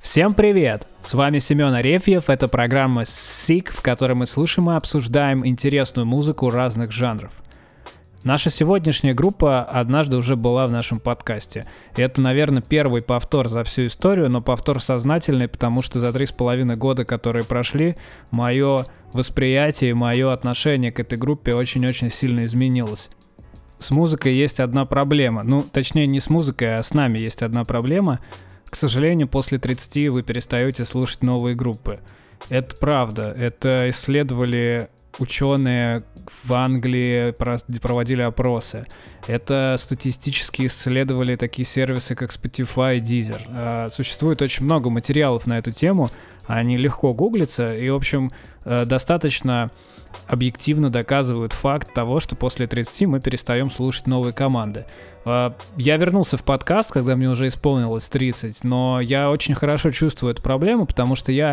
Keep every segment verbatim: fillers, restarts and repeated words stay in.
Всем привет! С вами Семен Арефьев, это программа «Сик», в которой мы слушаем и обсуждаем интересную музыку разных жанров. Наша сегодняшняя группа однажды уже была в нашем подкасте. И это, наверное, первый повтор за всю историю, но повтор сознательный, потому что за три с половиной года, которые прошли, мое восприятие и мое отношение к этой группе очень-очень сильно изменилось. С музыкой есть одна проблема. Ну, точнее, не с музыкой, а с нами есть одна проблема. К сожалению, после тридцати вы перестаете слушать новые группы. Это правда. Это исследовали ученые в Англии, проводили опросы. Это статистически исследовали такие сервисы, как Spotify и Deezer. Существует очень много материалов на эту тему. Они легко гуглятся. И, в общем, достаточно объективно доказывают факт того, что после тридцати мы перестаем слушать новые команды. Я вернулся в подкаст, когда мне уже исполнилось тридцать, но я очень хорошо чувствую эту проблему, потому что я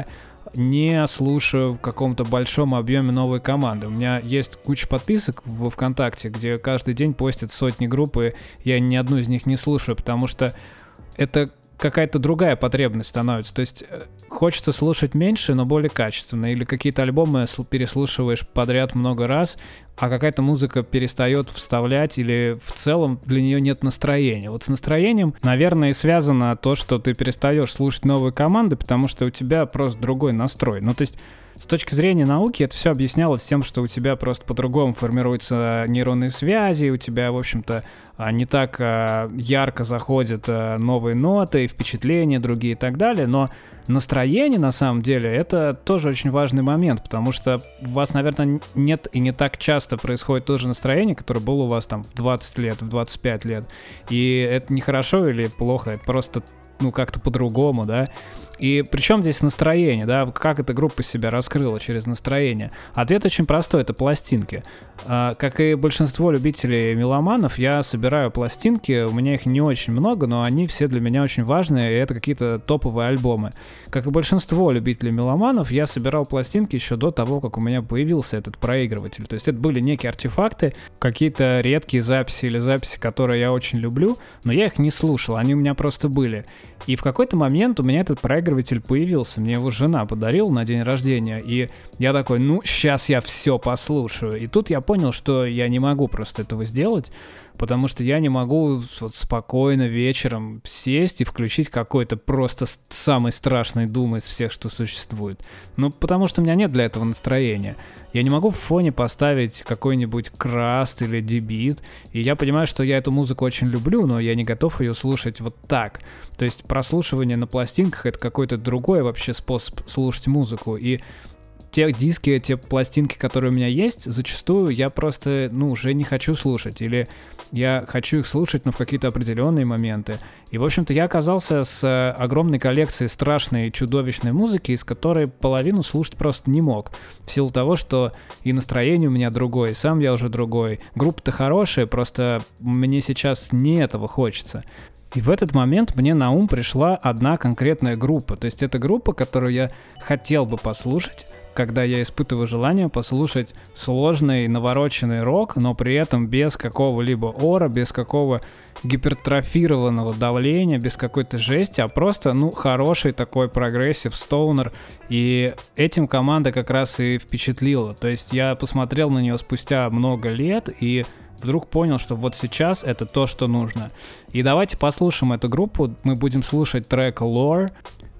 не слушаю в каком-то большом объеме новые команды. У меня есть куча подписок в ВКонтакте, где каждый день постят сотни групп, и я ни одну из них не слушаю, потому что это какая-то другая потребность становится. То есть хочется слушать меньше, но более качественно. Или какие-то альбомы переслушиваешь подряд много раз, а какая-то музыка перестает вставлять, или в целом для нее нет настроения. Вот с настроением, наверное, и связано то, что ты перестаешь слушать новые команды, потому что у тебя просто другой настрой. Ну, то есть с точки зрения науки это все объяснялось тем, что у тебя просто по-другому формируются нейронные связи, у тебя, в общем-то, не так ярко заходят новые ноты, впечатления другие и так далее, но настроение, на самом деле, это тоже очень важный момент, потому что у вас, наверное, нет и не так часто происходит то же настроение, которое было у вас там в двадцать лет, в двадцать пять лет, и это не хорошо или плохо, это просто, ну, как-то по-другому, да. И причем здесь настроение, да, как эта группа себя раскрыла через настроение? Ответ очень простой, это пластинки. А, как и большинство любителей меломанов, я собираю пластинки, у меня их не очень много, но они все для меня очень важные, и это какие-то топовые альбомы. Как и большинство любителей меломанов, я собирал пластинки еще до того, как у меня появился этот проигрыватель. То есть это были некие артефакты, какие-то редкие записи или записи, которые я очень люблю, но я их не слушал, они у меня просто были. И в какой-то момент у меня этот проигрыватель появился, мне его жена подарила на день рождения, и я такой, ну, сейчас я все послушаю. И тут я понял, что я не могу просто этого сделать, потому что я не могу вот спокойно вечером сесть и включить какой-то просто самый страшный дум из всех, что существует. Ну, потому что у меня нет для этого настроения. Я не могу в фоне поставить какой-нибудь Краст или Дебит, и я понимаю, что я эту музыку очень люблю, но я не готов ее слушать вот так. То есть прослушивание на пластинках — это какой-то другой вообще способ слушать музыку, и те диски, те пластинки, которые у меня есть, зачастую я просто, ну, уже не хочу слушать, или я хочу их слушать, но в какие-то определенные моменты. И, в общем-то, я оказался с огромной коллекцией страшной, чудовищной музыки, из которой половину слушать просто не мог, в силу того, что и настроение у меня другое, и сам я уже другой. Группа-то хорошая, просто мне сейчас не этого хочется. И в этот момент мне на ум пришла одна конкретная группа. То есть это группа, которую я хотел бы послушать, когда я испытываю желание послушать сложный, навороченный рок, но при этом без какого-либо ора, без какого гипертрофированного давления, без какой-то жести, а просто, ну, хороший такой прогрессив стоунер. И этим команда как раз и впечатлила. То есть я посмотрел на нее спустя много лет и вдруг понял, что вот сейчас это то, что нужно. И давайте послушаем эту группу. Мы будем слушать трек Lore.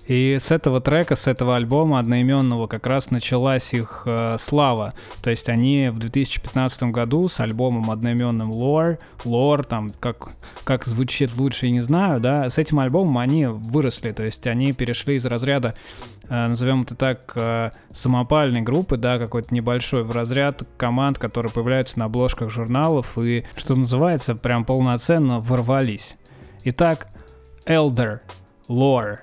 И с этого трека, с этого альбома одноименного как раз началась их э, слава. То есть они в две тысячи пятнадцатом году с альбомом одноименным Lore, Lore, там, как, как звучит лучше, я не знаю, да, с этим альбомом они выросли. То есть они перешли из разряда, э, назовем это так, э, самопальной группы, да, какой-то небольшой, в разряд команд, которые появляются на обложках журналов и, что называется, прям полноценно ворвались. Итак, Elder, Lore.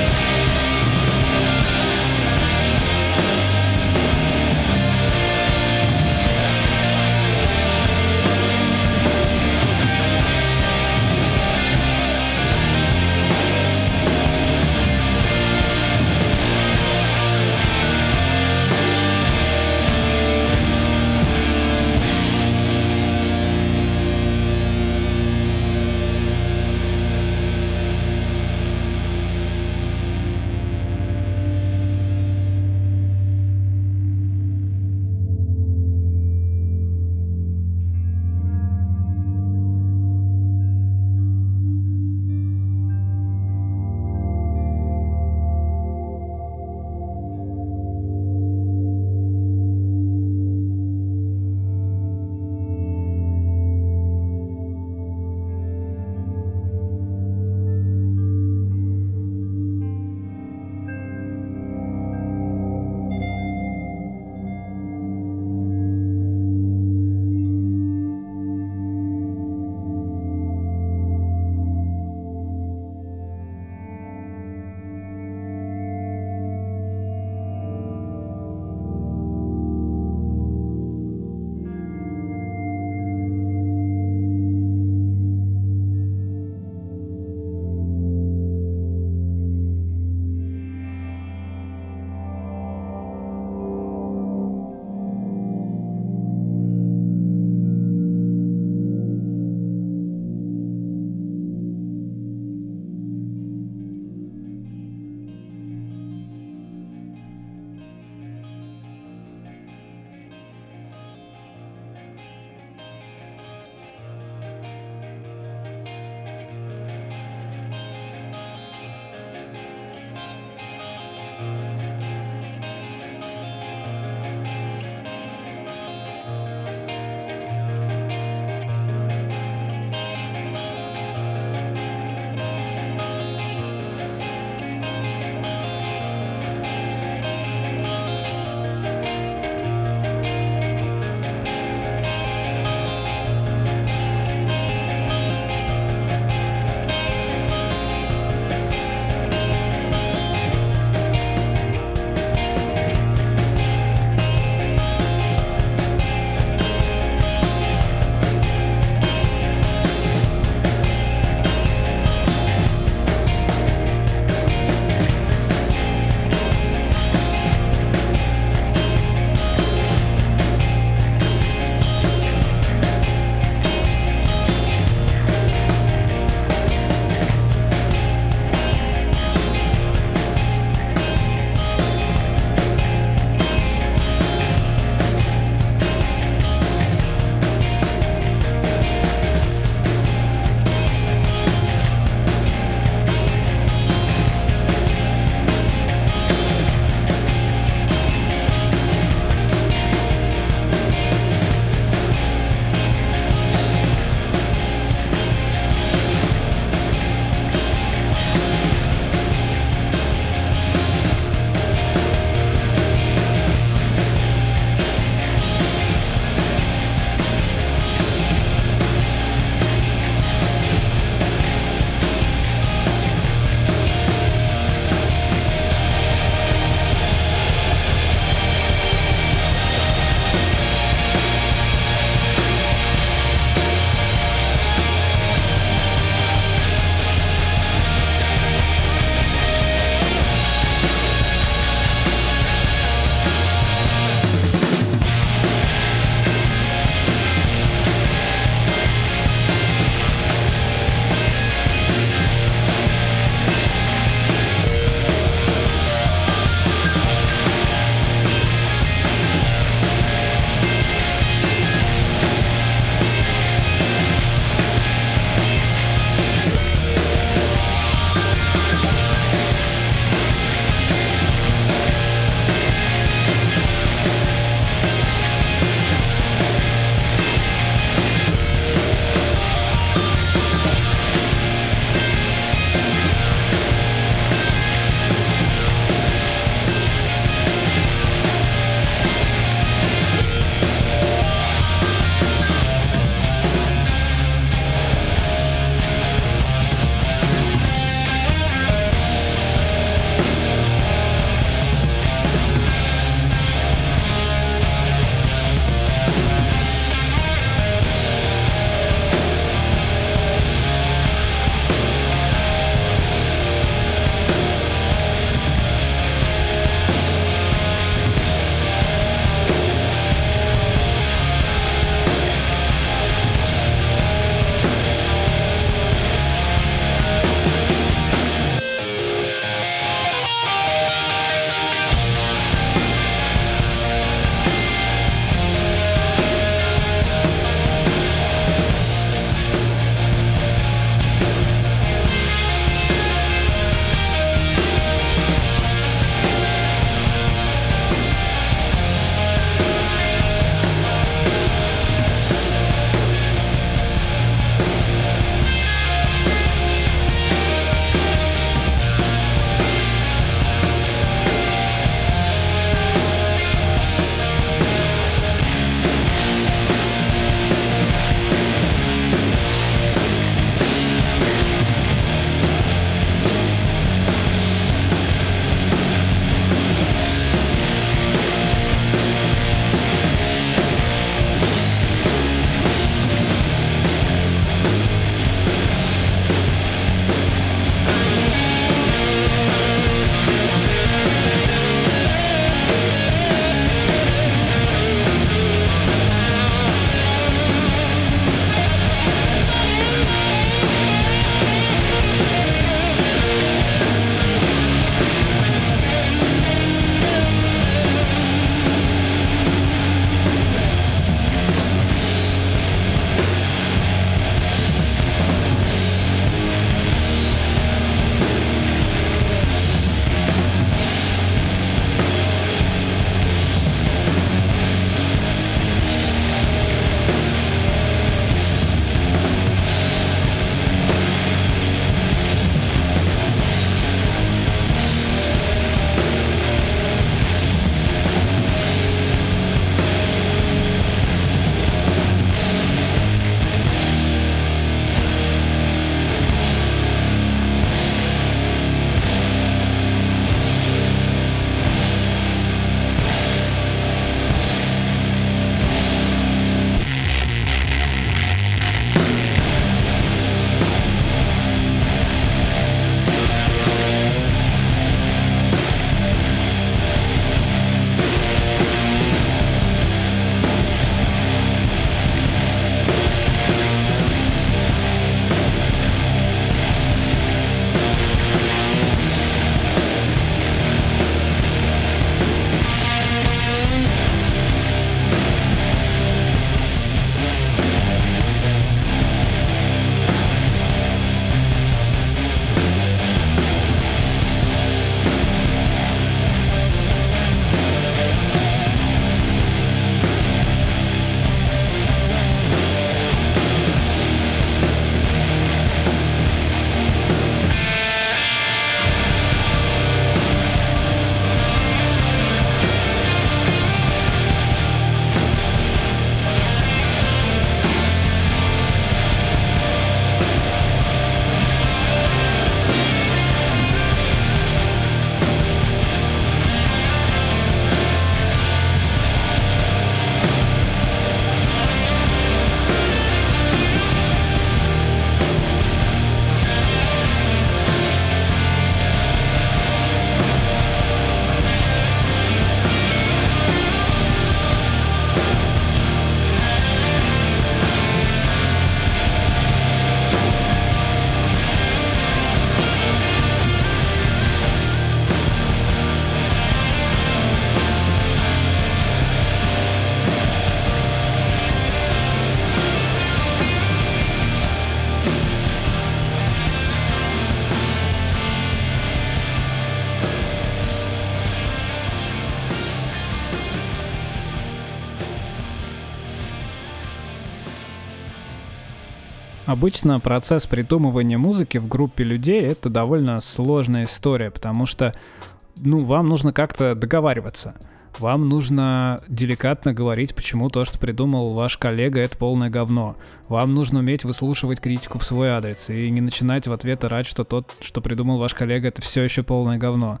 Обычно процесс придумывания музыки в группе людей — это довольно сложная история, потому что, ну, вам нужно как-то договариваться. Вам нужно деликатно говорить, почему то, что придумал ваш коллега, это полное говно. Вам нужно уметь выслушивать критику в свой адрес и не начинать в ответ орать, что тот, что придумал ваш коллега, это все еще полное говно.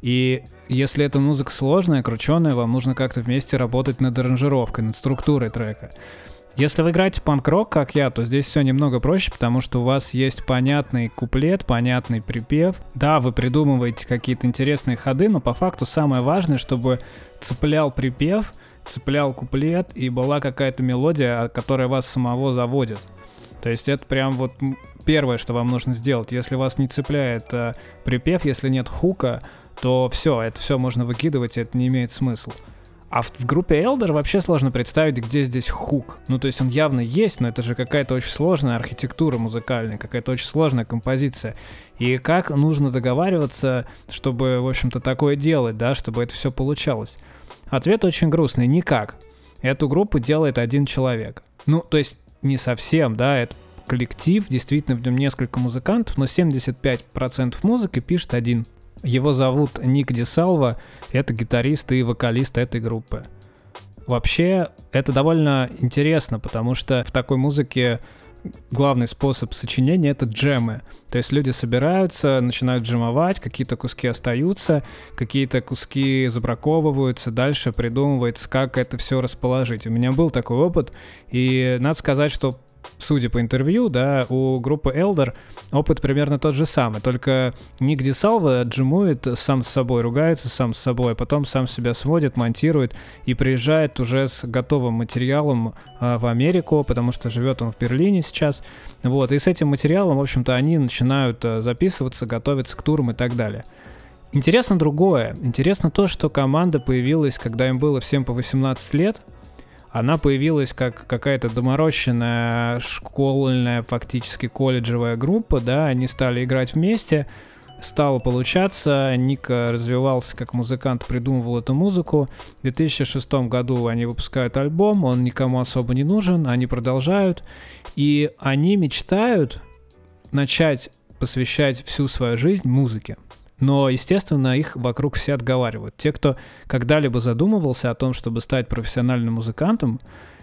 И если эта музыка сложная, крученая, вам нужно как-то вместе работать над аранжировкой, над структурой трека. Если вы играете панк-рок, как я, то здесь все немного проще, потому что у вас есть понятный куплет, понятный припев. Да, вы придумываете какие-то интересные ходы, но по факту самое важное, чтобы цеплял припев, цеплял куплет и была какая-то мелодия, которая вас самого заводит. То есть это прям вот первое, что вам нужно сделать. Если вас не цепляет э, припев, если нет хука, то все, это все можно выкидывать, и это не имеет смысла. А в, в группе Elder вообще сложно представить, где здесь хук. Ну, то есть он явно есть, но это же какая-то очень сложная архитектура музыкальная, какая-то очень сложная композиция. И как нужно договариваться, чтобы, в общем-то, такое делать, да, чтобы это все получалось? Ответ очень грустный — никак. Эту группу делает один человек. Ну, то есть не совсем, да, это коллектив, действительно в нем несколько музыкантов, но семьдесят пять процентов музыки пишет один. Его зовут Ник Дисалва, это гитарист и вокалист этой группы. Вообще, это довольно интересно, потому что в такой музыке главный способ сочинения — это джемы. То есть люди собираются, начинают джемовать, какие-то куски остаются, какие-то куски забраковываются, дальше придумывается, как это все расположить. У меня был такой опыт, и надо сказать, что судя по интервью, да, у группы Elder опыт примерно тот же самый, только Ник Дисалва джимует сам с собой, ругается сам с собой, а потом сам себя сводит, монтирует и приезжает уже с готовым материалом а, в Америку, потому что живет он в Берлине сейчас, вот, и с этим материалом, в общем-то, они начинают а, записываться, готовиться к турам и так далее. Интересно другое, интересно то, что команда появилась, когда им было всем по восемнадцать лет. Она появилась как какая-то доморощенная школьная, фактически колледжевая группа, да, они стали играть вместе, стало получаться, Ник развивался как музыкант, придумывал эту музыку. В две тысячи шестом году они выпускают альбом, он никому особо не нужен, они продолжают, и они мечтают начать посвящать всю свою жизнь музыке. Но, естественно, их вокруг все отговаривают. Те, кто когда-либо задумывался о том, чтобы стать профессиональным музыкантом,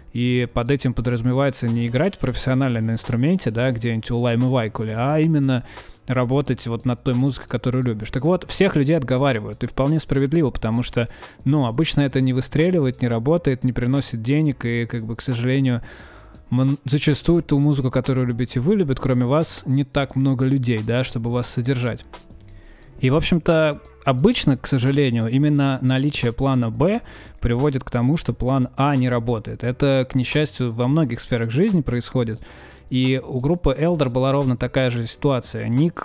и под этим подразумевается не играть профессионально на инструменте, да, где-нибудь у Лаймы Вайкули, а именно работать вот над той музыкой, которую любишь. Так вот, всех людей отговаривают, и вполне справедливо, потому что, ну, обычно это не выстреливает, не работает, не приносит денег, и, как бы, к сожалению, зачастую ту музыку, которую любите вы, любят, кроме вас, не так много людей, да, чтобы вас содержать. И, в общем-то, обычно, к сожалению, именно наличие плана «Б» приводит к тому, что план «А» не работает. Это, к несчастью, во многих сферах жизни происходит. И у группы Elder была ровно такая же ситуация. Ник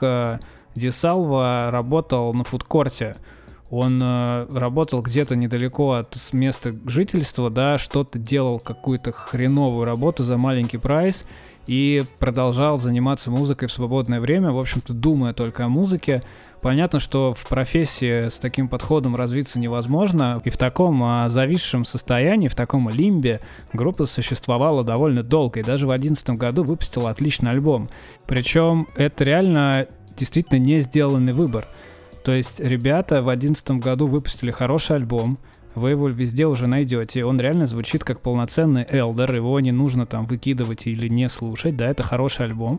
Дисалва работал на фудкорте. Он э, работал где-то недалеко от места жительства, да, что-то делал, какую-то хреновую работу за маленький прайс и продолжал заниматься музыкой в свободное время, в общем-то, думая только о музыке. Понятно, что в профессии с таким подходом развиться невозможно, и в таком а, зависшем состоянии, в таком лимбе группа существовала довольно долго, и даже в две тысячи одиннадцатом году выпустила отличный альбом. Причем это реально действительно не сделанный выбор. То есть ребята в две тысячи одиннадцатом году выпустили хороший альбом, вы его везде уже найдете, он реально звучит как полноценный Elder, его не нужно там выкидывать или не слушать, да, это хороший альбом.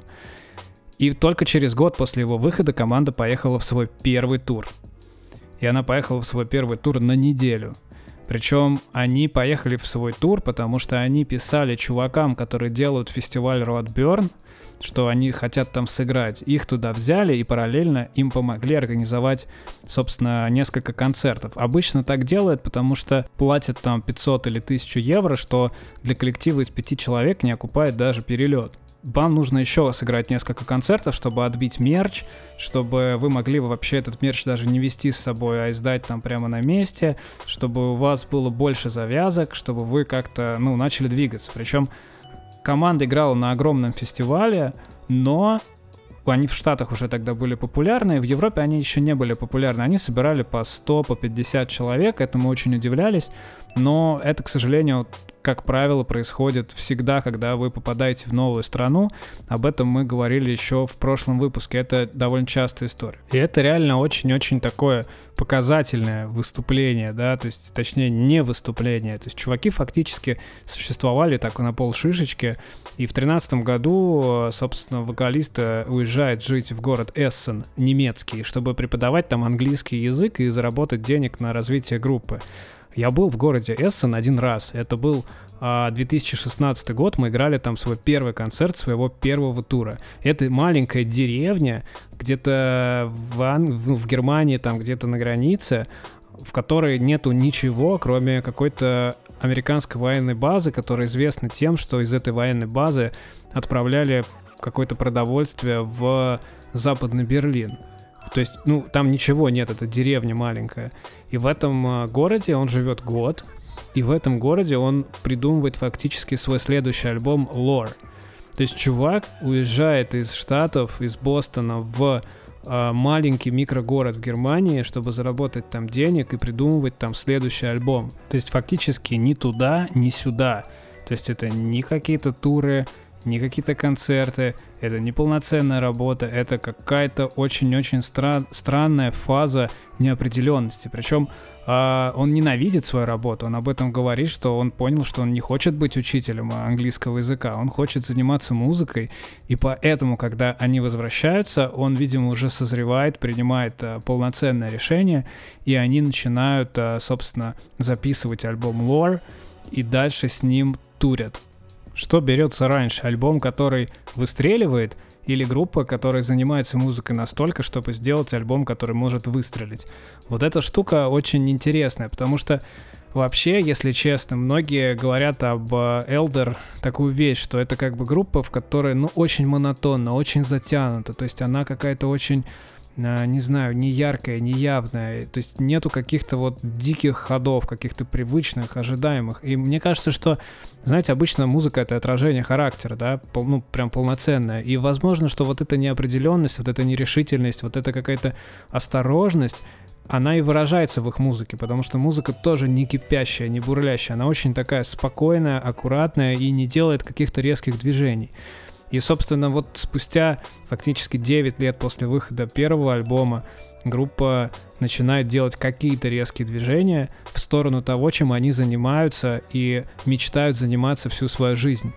И только через год после его выхода команда поехала в свой первый тур. И она поехала в свой первый тур на неделю. Причем они поехали в свой тур, потому что они писали чувакам, которые делают фестиваль Roadburn, что они хотят там сыграть. Их туда взяли и параллельно им помогли организовать, собственно, несколько концертов. Обычно так делают, потому что платят там пятьсот или тысячу евро, что для коллектива из пяти человек не окупает даже перелет. Вам нужно еще сыграть несколько концертов, чтобы отбить мерч, чтобы вы могли вообще этот мерч даже не везти с собой, а издать там прямо на месте, чтобы у вас было больше завязок, чтобы вы как-то, ну, начали двигаться. Причем команда играла на огромном фестивале, но они в Штатах уже тогда были популярны, в Европе они еще не были популярны. Они собирали по сто, по пятьдесят человек, этому очень удивлялись, но это, к сожалению, как правило, происходит всегда, когда вы попадаете в новую страну. Об этом мы говорили еще в прошлом выпуске. Это довольно частая история. И это реально очень-очень такое показательное выступление, да, то есть, точнее, не выступление. То есть чуваки фактически существовали так на полшишечки, и в тринадцатом году, собственно, вокалист уезжает жить в город Эссен, немецкий, чтобы преподавать там английский язык и заработать денег на развитие группы. Я был в городе Эссен один раз, это был две тысячи шестнадцатый год, мы играли там свой первый концерт своего первого тура. Это маленькая деревня, где-то в, Ан... в Германии, там где-то на границе, в которой нету ничего, кроме какой-то американской военной базы, которая известна тем, что из этой военной базы отправляли какое-то продовольствие в Западный Берлин. То есть, ну, там ничего нет, это деревня маленькая. И в этом э, городе он живет год, и в этом городе он придумывает фактически свой следующий альбом «Lore». То есть чувак уезжает из Штатов, из Бостона в э, маленький микрогород в Германии, чтобы заработать там денег и придумывать там следующий альбом. То есть фактически ни туда, ни сюда. То есть это не какие-то туры, не какие-то концерты, это не полноценная работа, это какая-то очень-очень стра- странная фаза неопределенности. Причем э, он ненавидит свою работу, он об этом говорит, что он понял, что он не хочет быть учителем английского языка, он хочет заниматься музыкой, и поэтому, когда они возвращаются, он, видимо, уже созревает, принимает э, полноценное решение, и они начинают, э, собственно, записывать альбом Lore, и дальше с ним турят. Что берется раньше, альбом, который выстреливает, или группа, которая занимается музыкой настолько, чтобы сделать альбом, который может выстрелить? Вот эта штука очень интересная, потому что вообще, если честно, многие говорят об Elder такую вещь, что это как бы группа, в которой, ну, очень монотонно, очень затянута, то есть она какая-то очень, не знаю, не яркая, не явная, то есть нету каких-то вот диких ходов, каких-то привычных, ожидаемых. И мне кажется, что, знаете, обычно музыка — это отражение характера, да, пол, ну, прям полноценное. И возможно, что вот эта неопределенность, вот эта нерешительность, вот эта какая-то осторожность, она и выражается в их музыке, потому что музыка тоже не кипящая, не бурлящая, она очень такая спокойная, аккуратная и не делает каких-то резких движений. И, собственно, вот спустя фактически девять лет после выхода первого альбома группа начинает делать какие-то резкие движения в сторону того, чем они занимаются и мечтают заниматься всю свою жизнь.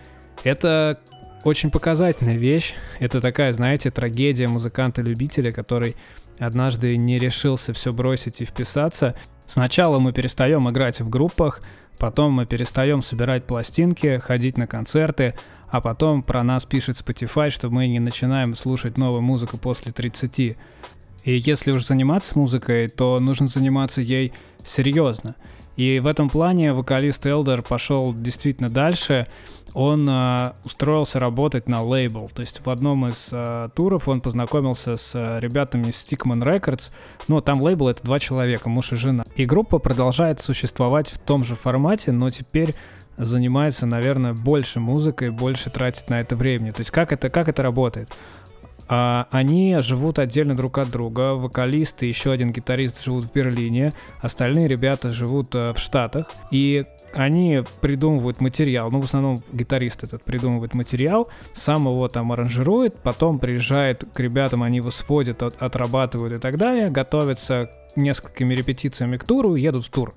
Это очень показательная вещь. Это такая, знаете, трагедия музыканта-любителя, который однажды не решился все бросить и вписаться. Сначала мы перестаем играть в группах, потом мы перестаем собирать пластинки, ходить на концерты, а потом про нас пишет Spotify, что мы не начинаем слушать новую музыку после тридцати. И если уж заниматься музыкой, то нужно заниматься ей серьезно. И в этом плане вокалист Elder пошел действительно дальше. Он э, устроился работать на лейбл. То есть в одном из э, туров он познакомился с э, ребятами из Stickman Records. Но там лейбл — это два человека, муж и жена. И группа продолжает существовать в том же формате, но теперь занимается, наверное, больше музыкой, больше тратит на это времени. То есть как это, как это работает? А, они живут отдельно друг от друга. Вокалист и еще один гитарист живут в Берлине, остальные ребята живут а, в Штатах. И они придумывают материал, ну, в основном гитарист этот придумывает материал, сам его там аранжирует, потом приезжает к ребятам, они его сводят, от, отрабатывают и так далее, готовятся к несколькими репетициями к туру и едут в тур.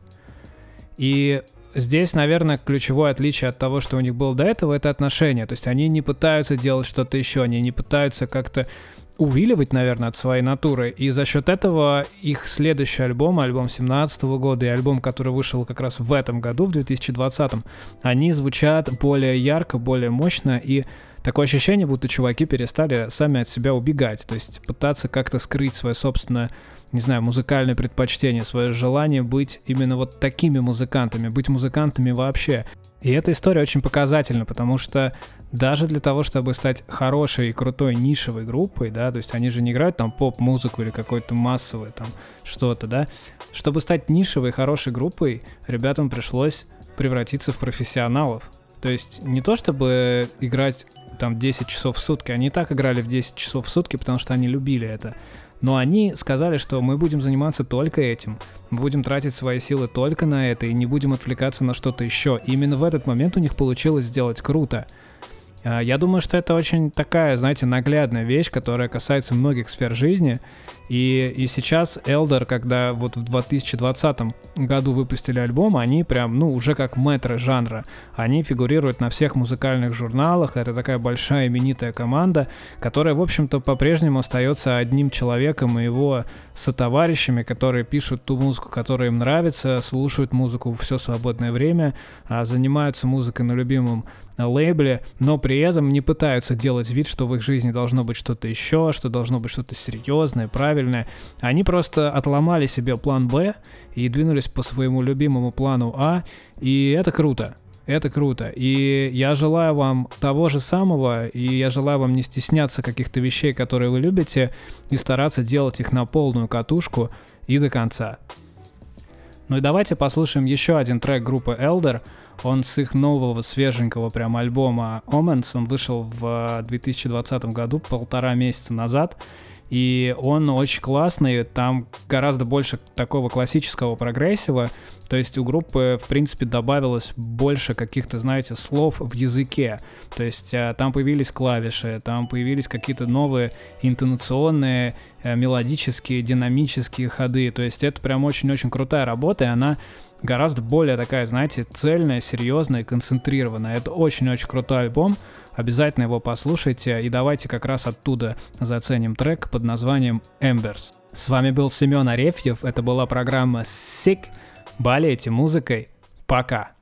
И здесь, наверное, ключевое отличие от того, что у них было до этого, это отношения. То есть они не пытаются делать что-то еще, они не пытаются как-то увиливать, наверное, от своей натуры. И за счет этого их следующий альбом, альбом семнадцатого года и альбом, который вышел как раз в этом году, в две тысячи двадцатом, они звучат более ярко, более мощно, и такое ощущение, будто чуваки перестали сами от себя убегать. То есть пытаться как-то скрыть свое собственное, не знаю, музыкальное предпочтение, свое желание быть именно вот такими музыкантами, быть музыкантами вообще. И эта история очень показательна, потому что даже для того, чтобы стать хорошей и крутой нишевой группой, да, то есть они же не играют там поп-музыку или какой-то массовый там что-то, да, чтобы стать нишевой хорошей группой, ребятам пришлось превратиться в профессионалов. То есть не то чтобы играть там десять часов в сутки, они и так играли в десять часов в сутки, потому что они любили это. Но они сказали, что мы будем заниматься только этим, мы будем тратить свои силы только на это и не будем отвлекаться на что-то еще. И именно в этот момент у них получилось сделать круто. Я думаю, что это очень такая, знаете, наглядная вещь, которая касается многих сфер жизни. И, и сейчас Elder, когда вот в две тысячи двадцатом году выпустили альбом, они прям, ну, уже как мэтры жанра. Они фигурируют на всех музыкальных журналах. Это такая большая именитая команда, которая, в общем-то, по-прежнему остается одним человеком и его сотоварищами, которые пишут ту музыку, которая им нравится, слушают музыку все свободное время, занимаются музыкой на любимом лейбле, но при этом не пытаются делать вид, что в их жизни должно быть что-то еще, что должно быть что-то серьезное, правильное. Они просто отломали себе план Б и двинулись по своему любимому плану А, и это круто. Это круто. И я желаю вам того же самого, и я желаю вам не стесняться каких-то вещей, которые вы любите, и стараться делать их на полную катушку и до конца. Ну и давайте послушаем еще один трек группы Elder. Он с их нового, свеженького прям альбома Omens. Он вышел в две тысячи двадцатом году, полтора месяца назад. И он очень классный, там гораздо больше такого классического прогрессива, то есть у группы, в принципе, добавилось больше каких-то, знаете, слов в языке, то есть там появились клавиши, там появились какие-то новые интонационные, мелодические, динамические ходы, то есть это прям очень-очень крутая работа, и она гораздо более такая, знаете, цельная, серьезная и концентрированная. Это очень-очень крутой альбом. Обязательно его послушайте, и давайте как раз оттуда заценим трек под названием Embers. С вами был Семен Арефьев, это была программа Sick. Болейте музыкой. Пока!